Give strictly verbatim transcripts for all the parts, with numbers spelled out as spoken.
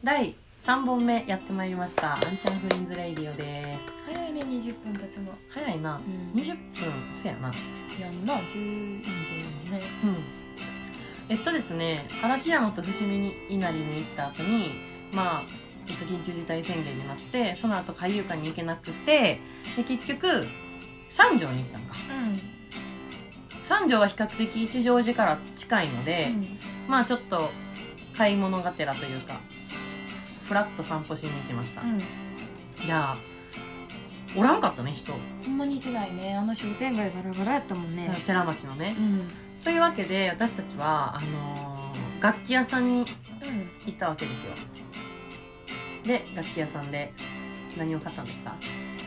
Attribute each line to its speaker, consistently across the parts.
Speaker 1: だいさんぼんめやってまいりました。あんちゃんフレンズレイディオです。
Speaker 2: 早いね、にじゅっぷん経つの。
Speaker 1: 早いな、うん、にじゅっぷんせやな。
Speaker 2: やんな、じゅうよんじゅうね。
Speaker 1: うんえっとですね嵐山と伏見稲荷に行った後にまあ、えっと、緊急事態宣言になって、その後海遊館に行けなくて、で結局三条に行ったんか、うん、三条は比較的一乗寺から近いので、うん、まあちょっと買い物がてらというかフラッと散歩しに行きました、うん、いやおらんかったね、人
Speaker 2: ほんまにいてないね。あの商店街ガラガラやったもんね、
Speaker 1: 寺町のね、うん、というわけで私たちはあのー、楽器屋さんに行ったわけですよ、うん、で楽器屋さんで何を買ったんですか？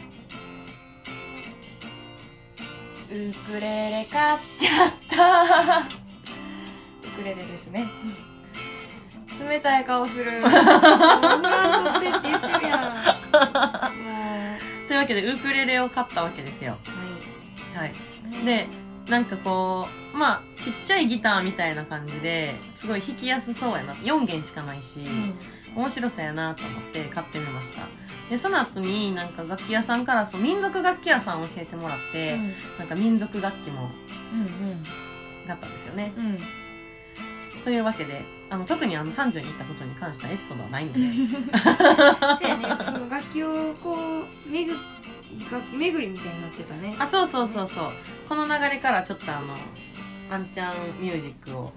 Speaker 2: ウクレレ買っちゃったウクレレですね。冷たい顔する。ブランドってって言ってるやん。
Speaker 1: というわけでウクレレを買ったわけですよ。はい、はい、でなんかこうまあちっちゃいギターみたいな感じですごい弾きやすそうやな、よんげんしかないし、うん、面白さやなと思って買ってみました。でその後になんか楽器屋さんからそう民族楽器屋さんを教えてもらって、うん、なんか民族楽器も買ったんですよね、うん、というわけであの特にあの三条に行ったことに関してはエピソードはないので
Speaker 2: そうやね、やっぱその楽器をこう巡楽器巡りみたいになってたね。
Speaker 1: あ、そうそうそうそう、この流れからちょっとあのあんちゃんミュージックを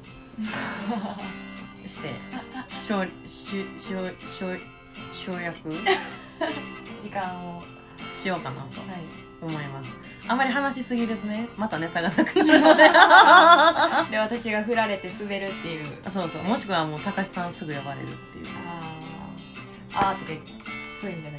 Speaker 1: して省略
Speaker 2: 時間を
Speaker 1: しようかなと思います、はい、あまり話しすぎるとねまたネタがなくなるので
Speaker 2: で私が振られて滑るっていう、
Speaker 1: そうそう、もしくはもう高橋さんすぐ呼ばれるっていう、
Speaker 2: あーあーとかそういうんじゃな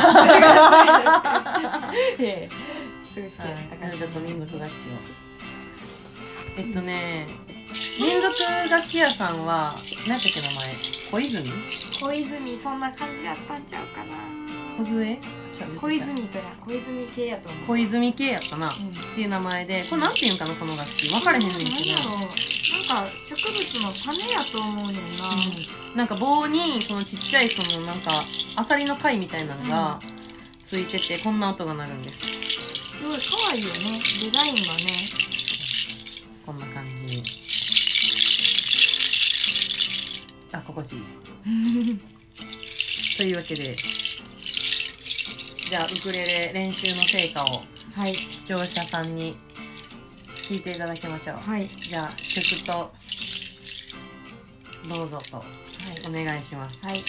Speaker 2: くてええすぐ好きやね、
Speaker 1: 高橋さんと民族楽器をえっとね民族楽器屋さんは何やったっけ名前、小泉
Speaker 2: 小泉そんな感じやったんちゃうかな。
Speaker 1: 小杖
Speaker 2: 小泉とや小泉系やと思う。
Speaker 1: 小泉系やったな、うん、っていう名前で、これなんていうんかなこの楽器分かれへんねんけど、
Speaker 2: 何やろう、なんか植物の種やと思うねんな、
Speaker 1: うん、なんか棒にそのちっちゃいそのなんかアサリの貝みたいなのがついてて、こんな音が鳴るんです。
Speaker 2: すごい可愛いよね、デザインがね、
Speaker 1: こんな感じ、あ、心地いいというわけでじゃあウクレレ練習の成果を、はい、視聴者さんに聞いていただきましょう、はい、じゃあ曲とどうぞと、はい、お願いします。
Speaker 2: はい、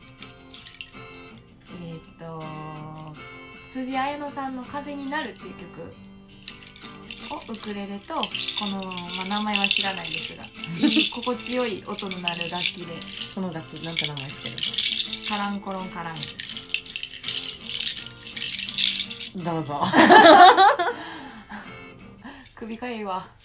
Speaker 2: えー、っと辻彩乃さんの風になるっていう曲をウクレレとこの、まあ、名前は知らないんですが心地よい音の鳴る楽器で、
Speaker 1: その楽器なんて名前つけるの？
Speaker 2: カランコロンカラン。
Speaker 1: どうぞ
Speaker 2: 首かゆいわ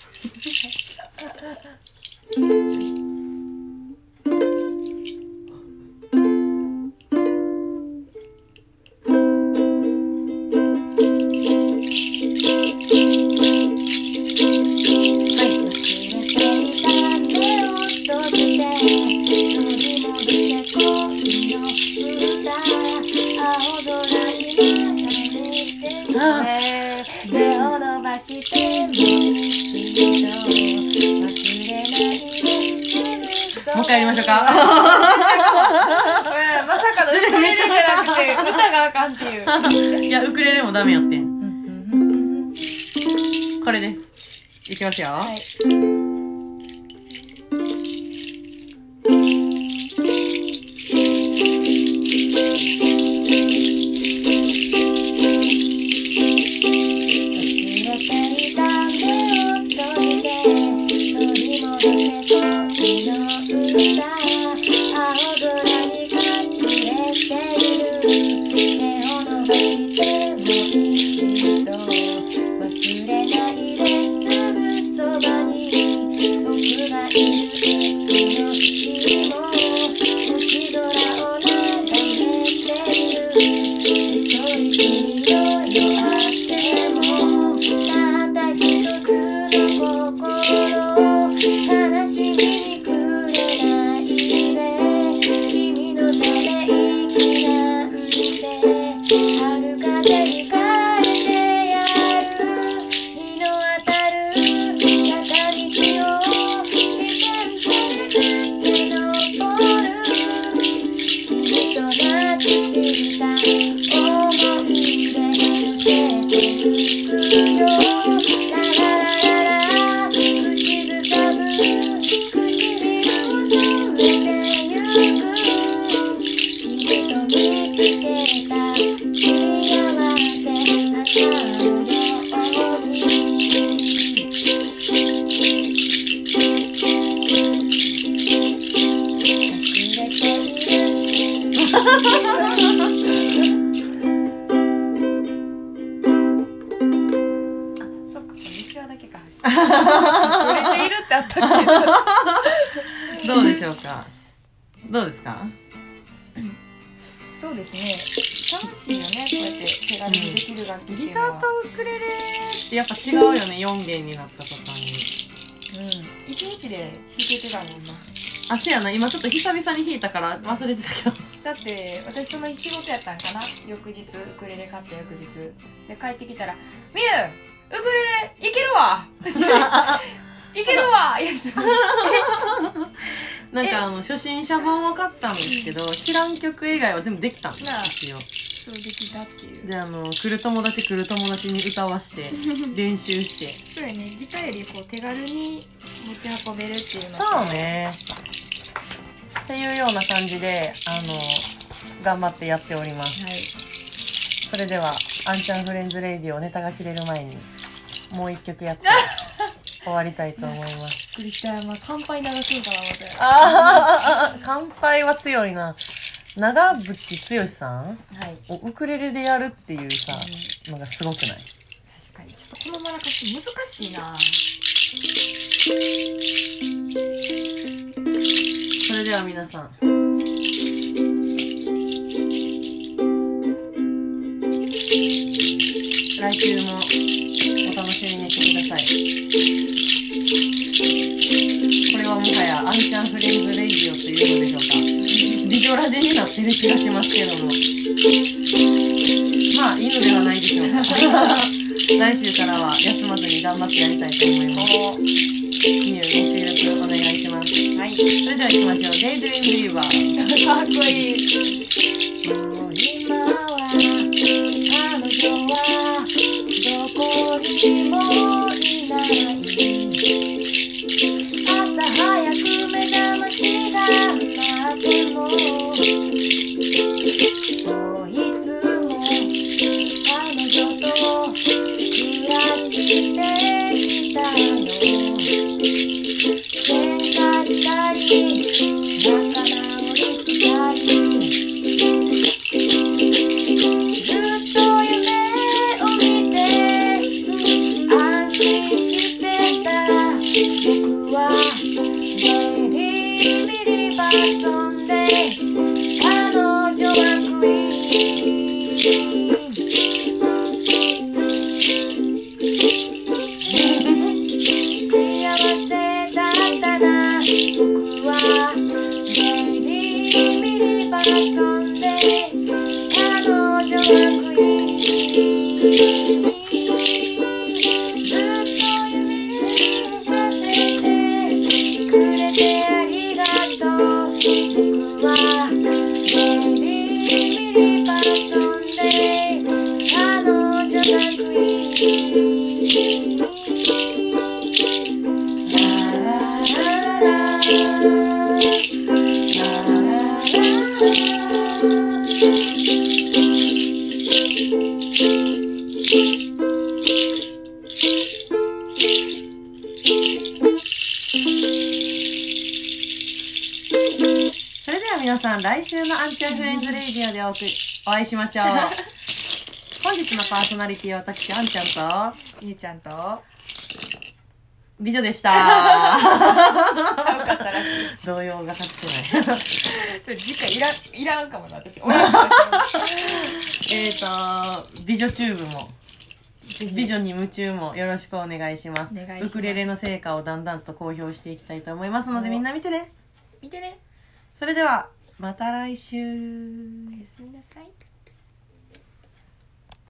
Speaker 1: もう一回やりましょうか
Speaker 2: まさかのウクレレじゃなくて歌があかんっていう
Speaker 1: いやウクレレもダメやってんこれです。いきますよ、はい、悲しみにくれないで
Speaker 2: そっか、こんにちはだけか。売れているってあったけど。
Speaker 1: どうでしょうか。どうですか。
Speaker 2: そうですね。楽しいよね。こうやって手軽にできる楽器っていうのは。
Speaker 1: ギターとウクレレってやっぱ違うよね。よん弦になった途端に。
Speaker 2: うん。一日で弾けてたもんな。
Speaker 1: あ、せやな。今ちょっと久々に弾いたから忘れてたけど。
Speaker 2: だって私その仕事やったんかな。翌日ウクレレ買った翌日で帰ってきたら「みゆウクレレいけるわいけるわ!」
Speaker 1: なんかあの初心者本を買ったんですけど、知らん曲以外は全部できたんですよ。
Speaker 2: そうできたっていう。
Speaker 1: で、あの来る友達来る友達に歌わして練習して。
Speaker 2: そうやね。ギターよりこう手軽に持ち運べるっていうの。
Speaker 1: そうね。っていうような感じであの頑張ってやっております。
Speaker 2: はい。
Speaker 1: それではあんちゃんフレンズレイディオネタが切れる前にもう一曲やって終わりたいと思います。
Speaker 2: びっくりした。まあ、乾杯流すんかな思って。
Speaker 1: ああ、乾杯は強いな。長渕剛さん
Speaker 2: はい
Speaker 1: をウクレレでやるっていうさ、
Speaker 2: うん、
Speaker 1: のがすごくない？
Speaker 2: 確かに。ちょっとこのマラカス難しいな。
Speaker 1: それでは皆さん、来週もお楽しみにしてください。これはもはやあんちゃんフレンズレイディオというのでしょうか。ビジョラジになってる気がしますけども、まあいいのではないでしょうか。来週からは休まずに頑張ってやりたいと思います。みゆご協力お願いします。
Speaker 2: はい。
Speaker 1: それでは行きましょう。デイドリームビリーバー。
Speaker 2: かっこいい。もう今は彼女はどこにもいない。朝早く目覚ましが鳴ってもそういつも彼女と暮らしてきたよ。喧嘩したり仲直りしたりずっと夢を見て安心してた。僕はレディービリバーソンで彼女はクイーン。幸せだったな。僕はレディービリバーソンで彼女はクイーン。ずっと夢させてくれてありがとう。僕はレディービリバーソンで彼女がクイーン。ララララ
Speaker 1: それでは皆さん、来週のアンチャンフレンズレイディオでおくお会いしましょう。本日のパーソナリティは私、あんちゃんと
Speaker 2: ゆうちゃんと
Speaker 1: 美女でした。
Speaker 2: ちゃうかったらしい。
Speaker 1: 動揺が隠せない。
Speaker 2: それ次回いらんいらんかもな私。
Speaker 1: えっと美女チューブも
Speaker 2: ぜひ
Speaker 1: 美女に夢中もよろしくお願いします。
Speaker 2: お願いします。
Speaker 1: ウクレレの成果をだんだんと公表していきたいと思いますので、みんな見てね。
Speaker 2: 見てね。
Speaker 1: それではまた来週。
Speaker 2: おやすみ。